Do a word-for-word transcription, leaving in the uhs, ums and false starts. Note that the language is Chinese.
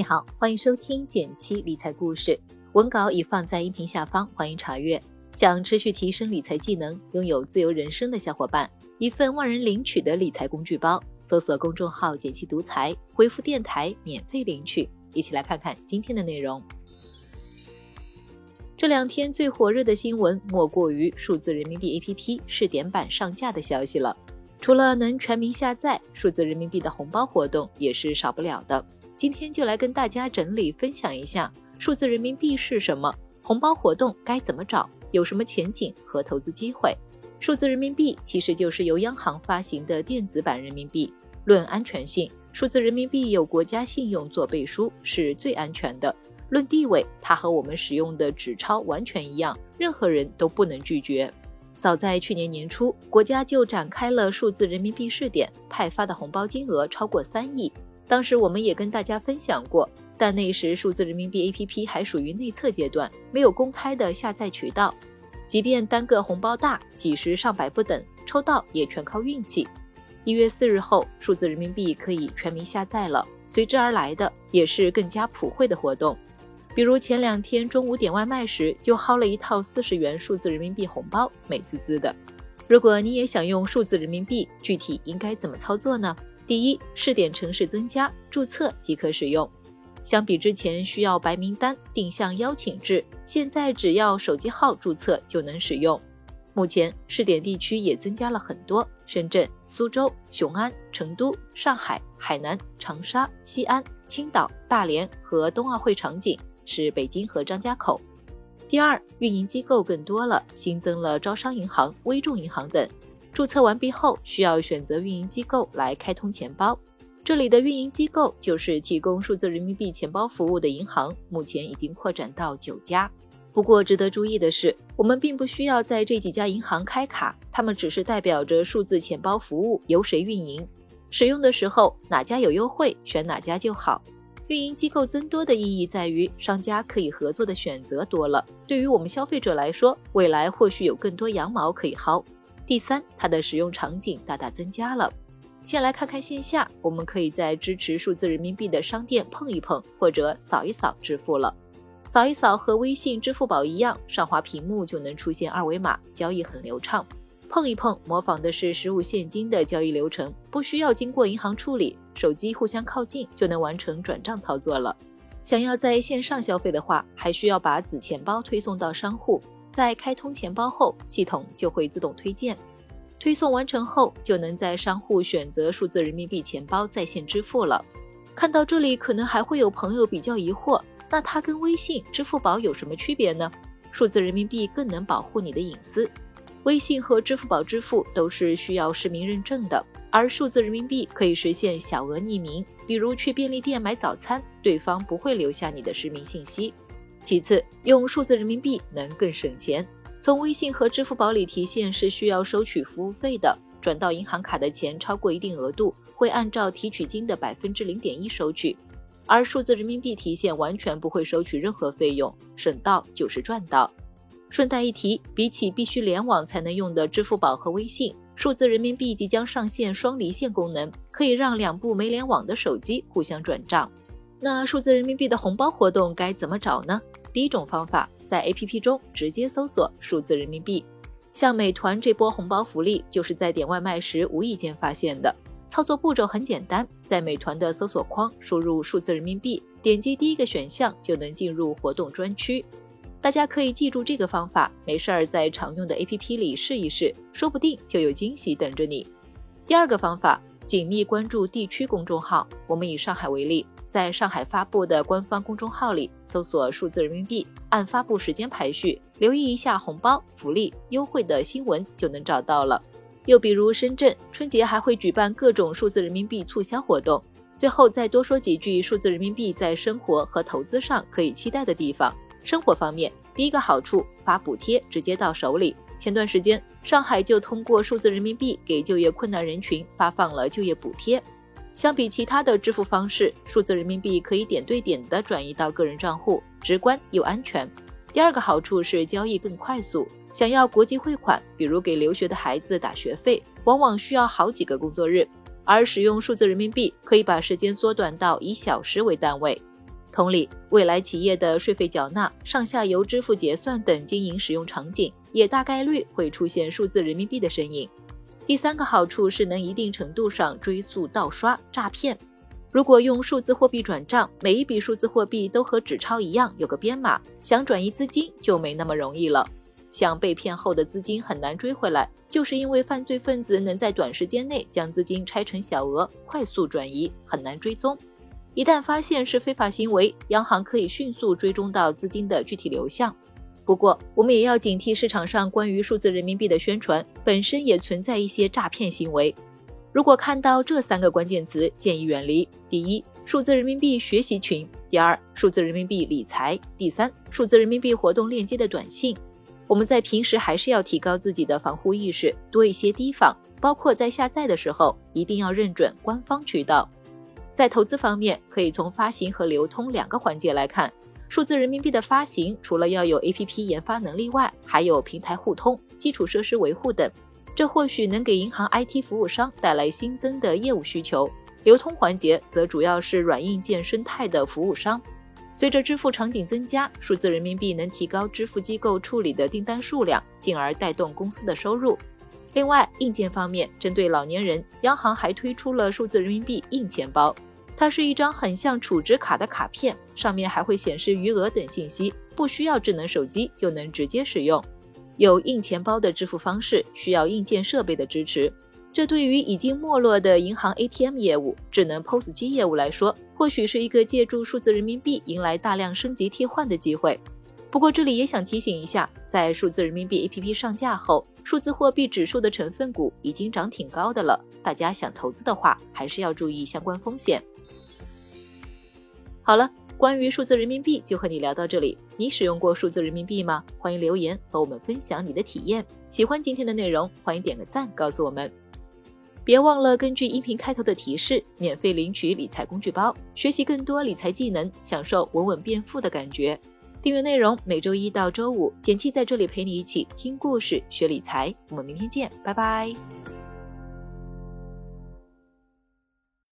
你好，欢迎收听简七理财故事，文稿已放在音频下方，欢迎查阅。想持续提升理财技能，拥有自由人生的小伙伴，一份万人领取的理财工具包，搜索公众号简七独裁，回复电台免费领取。一起来看看今天的内容。这两天最火热的新闻莫过于数字人民币 A P P 试点版上架的消息了。除了能全民下载，数字人民币的红包活动也是少不了的。今天就来跟大家整理分享一下数字人民币是什么，红包活动该怎么找，有什么前景和投资机会。数字人民币其实就是由央行发行的电子版人民币，论安全性，数字人民币有国家信用做背书，是最安全的。论地位，它和我们使用的纸钞完全一样，任何人都不能拒绝。早在去年年初，国家就展开了数字人民币试点，派发的红包金额超过三亿。当时我们也跟大家分享过，但那时数字人民币 A P P 还属于内测阶段，没有公开的下载渠道。即便单个红包大，几十上百不等，抽到也全靠运气。一月四日后，数字人民币可以全民下载了，随之而来的也是更加普惠的活动。比如前两天中午点外卖时，就薅了一套四十元数字人民币红包，美滋滋的。如果你也想用数字人民币，具体应该怎么操作呢？第一，试点城市增加，注册即可使用。相比之前需要白名单、定向邀请制，现在只要手机号注册就能使用。目前试点地区也增加了很多，深圳、苏州、雄安、成都、上海、海南、长沙、西安、青岛、大连和冬奥会场景是北京和张家口。第二，运营机构更多了，新增了招商银行、微众银行等。注册完毕后，需要选择运营机构来开通钱包。这里的运营机构就是提供数字人民币钱包服务的银行，目前已经扩展到九家。不过值得注意的是，我们并不需要在这几家银行开卡，他们只是代表着数字钱包服务由谁运营，使用的时候哪家有优惠，选哪家就好。运营机构增多的意义在于，商家可以合作的选择多了，对于我们消费者来说，未来或许有更多羊毛可以薅。第三，它的使用场景大大增加了。先来看看线下，我们可以在支持数字人民币的商店碰一碰，或者扫一扫支付了。扫一扫和微信、支付宝一样，上滑屏幕就能出现二维码，交易很流畅。碰一碰模仿的是实物现金的交易流程，不需要经过银行处理，手机互相靠近就能完成转账操作了。想要在线上消费的话，还需要把子钱包推送到商户，在开通钱包后，系统就会自动推荐。推送完成后，就能在商户选择数字人民币钱包在线支付了。看到这里，可能还会有朋友比较疑惑，那它跟微信、支付宝有什么区别呢？数字人民币更能保护你的隐私。微信和支付宝支付都是需要实名认证的，而数字人民币可以实现小额匿名，比如去便利店买早餐，对方不会留下你的实名信息。其次，用数字人民币能更省钱。从微信和支付宝里提现是需要收取服务费的，转到银行卡的钱超过一定额度，会按照提取金的 百分之零点一 收取。而数字人民币提现完全不会收取任何费用，省到就是赚到。顺带一提，比起必须联网才能用的支付宝和微信，数字人民币即将上线双离线功能，可以让两部没联网的手机互相转账。那数字人民币的红包活动该怎么找呢？第一种方法，在 A P P 中直接搜索数字人民币。像美团这波红包福利就是在点外卖时无意间发现的。操作步骤很简单，在美团的搜索框输入数字人民币，点击第一个选项就能进入活动专区。大家可以记住这个方法，没事儿在常用的 A P P 里试一试，说不定就有惊喜等着你。第二个方法，紧密关注地区公众号。我们以上海为例，在上海发布的官方公众号里搜索数字人民币，按发布时间排序，留意一下红包、福利、优惠的新闻就能找到了。又比如深圳，春节还会举办各种数字人民币促销活动。最后再多说几句数字人民币在生活和投资上可以期待的地方。生活方面，第一个好处，发补贴直接到手里。前段时间，上海就通过数字人民币给就业困难人群发放了就业补贴。相比其他的支付方式，数字人民币可以点对点的转移到个人账户，直观又安全。第二个好处是交易更快速，想要国际汇款，比如给留学的孩子打学费，往往需要好几个工作日，而使用数字人民币可以把时间缩短到以小时为单位。 同理，未来企业的税费缴纳、上下游支付结算等经营使用场景，也大概率会出现数字人民币的身影。第三个好处是能一定程度上追溯盗刷、诈骗。如果用数字货币转账，每一笔数字货币都和纸钞一样有个编码，想转移资金就没那么容易了。像被骗后的资金很难追回来，就是因为犯罪分子能在短时间内将资金拆成小额，快速转移，很难追踪。一旦发现是非法行为，央行可以迅速追踪到资金的具体流向。不过，我们也要警惕市场上关于数字人民币的宣传，本身也存在一些诈骗行为。如果看到这三个关键词，建议远离。第一，数字人民币学习群；第二，数字人民币理财；第三，数字人民币活动链接的短信。我们在平时还是要提高自己的防护意识，多一些提防，包括在下载的时候，一定要认准官方渠道。在投资方面，可以从发行和流通两个环节来看。数字人民币的发行，除了要有 A P P 研发能力外，还有平台互通、基础设施维护等，这或许能给银行 I T 服务商带来新增的业务需求。流通环节则主要是软硬件生态的服务商。随着支付场景增加，数字人民币能提高支付机构处理的订单数量，进而带动公司的收入。另外，硬件方面，针对老年人，央行还推出了数字人民币硬钱包。它是一张很像储值卡的卡片，上面还会显示余额等信息，不需要智能手机就能直接使用。有硬钱包的支付方式需要硬件设备的支持，这对于已经没落的银行 A T M 业务、智能 P O S 机业务来说，或许是一个借助数字人民币迎来大量升级替换的机会。不过这里也想提醒一下，在数字人民币 A P P 上架后，数字货币指数的成分股已经涨挺高的了，大家想投资的话，还是要注意相关风险。好了，关于数字人民币就和你聊到这里。你使用过数字人民币吗？欢迎留言和我们分享你的体验。喜欢今天的内容，欢迎点个赞告诉我们。别忘了根据音频开头的提示，免费领取理财工具包，学习更多理财技能，享受稳稳变富的感觉。订阅内容每周一到周五，简七在这里陪你一起听故事、学理财。我们明天见，拜拜。